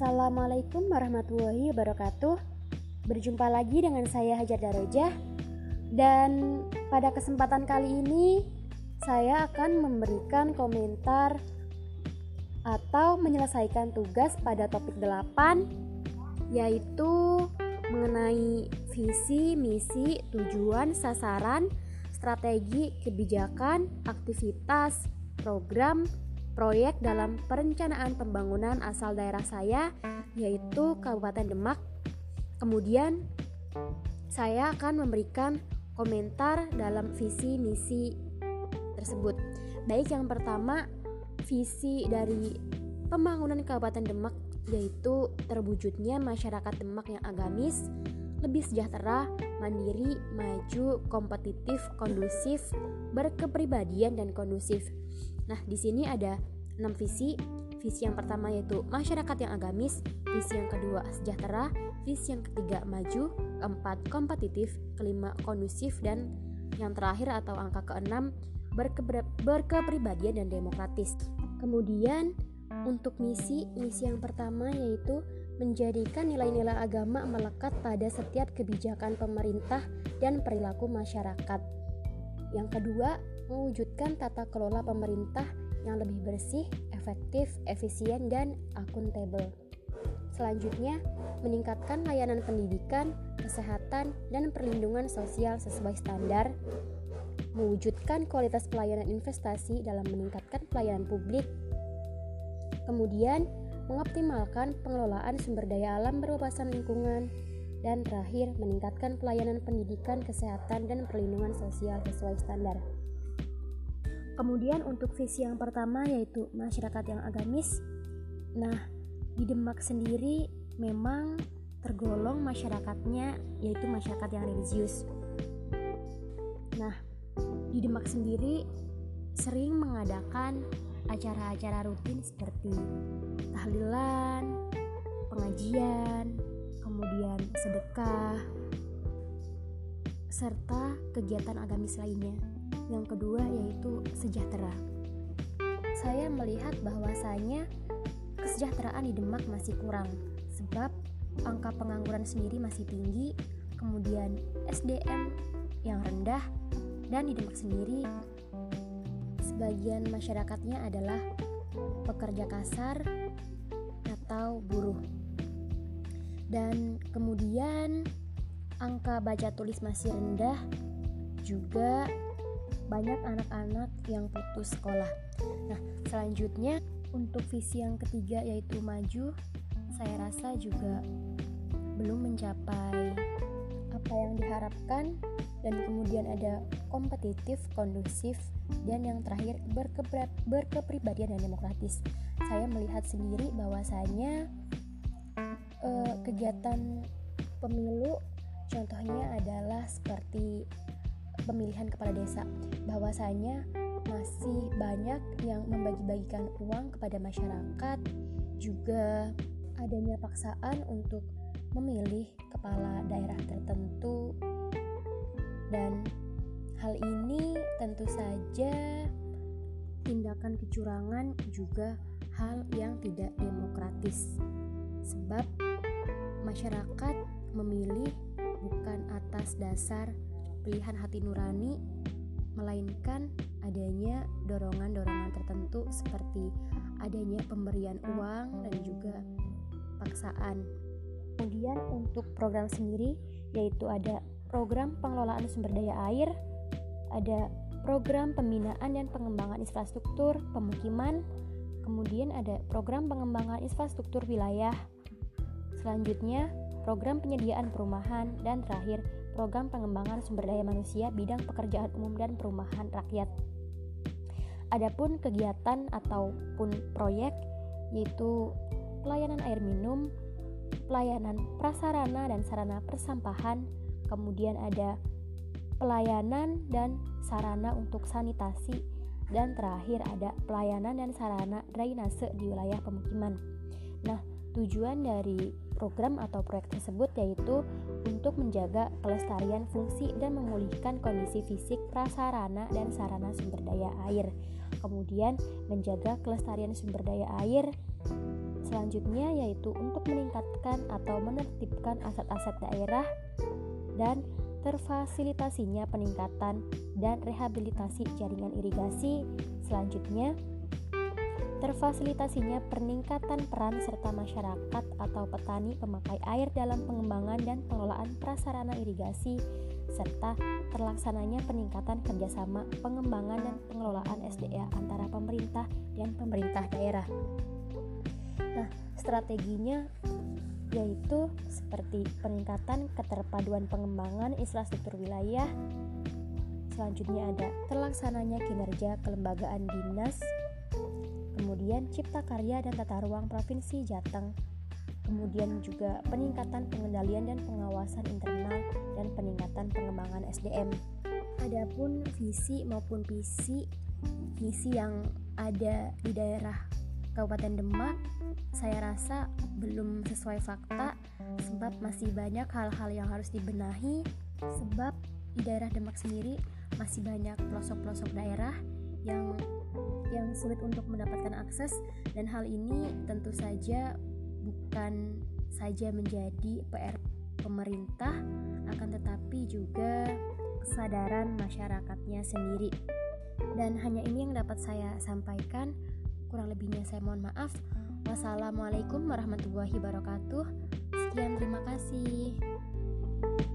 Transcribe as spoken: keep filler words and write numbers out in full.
Assalamualaikum warahmatullahi wabarakatuh. Berjumpa lagi dengan saya Hajar Darajah. Dan pada kesempatan kali ini saya akan memberikan komentar atau menyelesaikan tugas pada topik delapan, yaitu mengenai visi, misi, tujuan, sasaran, strategi, kebijakan, aktivitas, program, proyek dalam perencanaan pembangunan asal daerah saya, yaitu Kabupaten Demak. Kemudian saya akan memberikan komentar dalam visi misi tersebut. Baik, yang pertama, visi dari pembangunan Kabupaten Demak yaitu terwujudnya masyarakat Demak yang agamis, lebih sejahtera, mandiri, maju, kompetitif, kondusif, berkepribadian dan kondusif. Nah, di sini ada enam visi. Visi yang pertama yaitu masyarakat yang agamis, visi yang kedua sejahtera, visi yang ketiga maju, keempat kompetitif, kelima kondusif, dan yang terakhir atau angka keenam berke- berkepribadian dan demokratis. Kemudian untuk misi, misi yang pertama yaitu menjadikan nilai-nilai agama melekat pada setiap kebijakan pemerintah dan perilaku masyarakat. Yang kedua, mewujudkan tata kelola pemerintah yang lebih bersih, efektif, efisien, dan akuntabel. Selanjutnya, meningkatkan layanan pendidikan, kesehatan, dan perlindungan sosial sesuai standar, mewujudkan kualitas pelayanan investasi dalam meningkatkan pelayanan publik, kemudian mengoptimalkan pengelolaan sumber daya alam berwawasan lingkungan, dan terakhir meningkatkan pelayanan pendidikan, kesehatan, dan perlindungan sosial sesuai standar. Kemudian untuk visi yang pertama yaitu masyarakat yang agamis. Nah, di Demak sendiri memang tergolong masyarakatnya yaitu masyarakat yang religius. Nah, di Demak sendiri sering mengadakan acara-acara rutin seperti tahlilan, pengajian, kemudian sedekah, serta kegiatan agamis lainnya. Yang kedua yaitu sejahtera. Saya melihat bahwasanya kesejahteraan di Demak masih kurang, sebab angka pengangguran sendiri masih tinggi, kemudian S D M yang rendah, dan di Demak sendiri sebagian masyarakatnya adalah pekerja kasar atau buruh. Dan kemudian angka baca tulis masih rendah, juga banyak anak-anak yang putus sekolah. Nah, selanjutnya untuk visi yang ketiga yaitu maju, saya rasa juga belum mencapai apa yang diharapkan. Dan kemudian ada kompetitif, kondusif, dan yang terakhir berke- berkepribadian dan demokratis. Saya melihat sendiri bahwasanya eh, kegiatan pemilu contohnya adalah seperti pemilihan kepala desa, bahwasanya masih banyak yang membagi-bagikan uang kepada masyarakat, juga adanya paksaan untuk memilih kepala daerah tertentu, dan hal ini tentu saja tindakan kecurangan, juga hal yang tidak demokratis, sebab masyarakat memilih bukan atas dasar pilihan hati nurani, melainkan adanya dorongan-dorongan tertentu seperti adanya pemberian uang dan juga paksaan. Kemudian untuk program sendiri yaitu ada program pengelolaan sumber daya air, ada program pembinaan dan pengembangan infrastruktur pemukiman, kemudian ada program pengembangan infrastruktur wilayah, selanjutnya program penyediaan perumahan, dan terakhir program pengembangan sumber daya manusia bidang pekerjaan umum dan perumahan rakyat. Adapun kegiatan ataupun proyek yaitu pelayanan air minum, pelayanan prasarana dan sarana persampahan, kemudian ada pelayanan dan sarana untuk sanitasi, dan terakhir ada pelayanan dan sarana drainase di wilayah pemukiman. Nah, tujuan dari program atau proyek tersebut yaitu untuk menjaga kelestarian fungsi dan memulihkan kondisi fisik prasarana dan sarana sumber daya air. Kemudian menjaga kelestarian sumber daya air Selanjutnya yaitu untuk meningkatkan atau menertibkan aset-aset daerah dan terfasilitasinya peningkatan dan rehabilitasi jaringan irigasi. Selanjutnya, terfasilitasinya peningkatan peran serta masyarakat atau petani pemakai air dalam pengembangan dan pengelolaan prasarana irigasi, serta terlaksananya peningkatan kerjasama pengembangan dan pengelolaan S D A antara pemerintah dan pemerintah daerah. Nah, strateginya yaitu seperti peningkatan keterpaduan pengembangan infrastruktur wilayah. Selanjutnya ada terlaksananya kinerja kelembagaan dinas, kemudian cipta karya dan tata ruang Provinsi Jateng, kemudian juga peningkatan pengendalian dan pengawasan internal dan peningkatan pengembangan S D M. Adapun visi maupun visi misi yang ada di daerah Kabupaten Demak, saya rasa belum sesuai fakta sebab masih banyak hal-hal yang harus dibenahi, sebab di daerah Demak sendiri masih banyak pelosok-pelosok daerah yang yang sulit untuk mendapatkan akses, dan hal ini tentu saja bukan saja menjadi P R pemerintah, akan tetapi juga kesadaran masyarakatnya sendiri. Dan hanya ini yang dapat saya sampaikan. Kurang lebihnya saya mohon maaf. Wassalamualaikum warahmatullahi wabarakatuh. Sekian, terima kasih.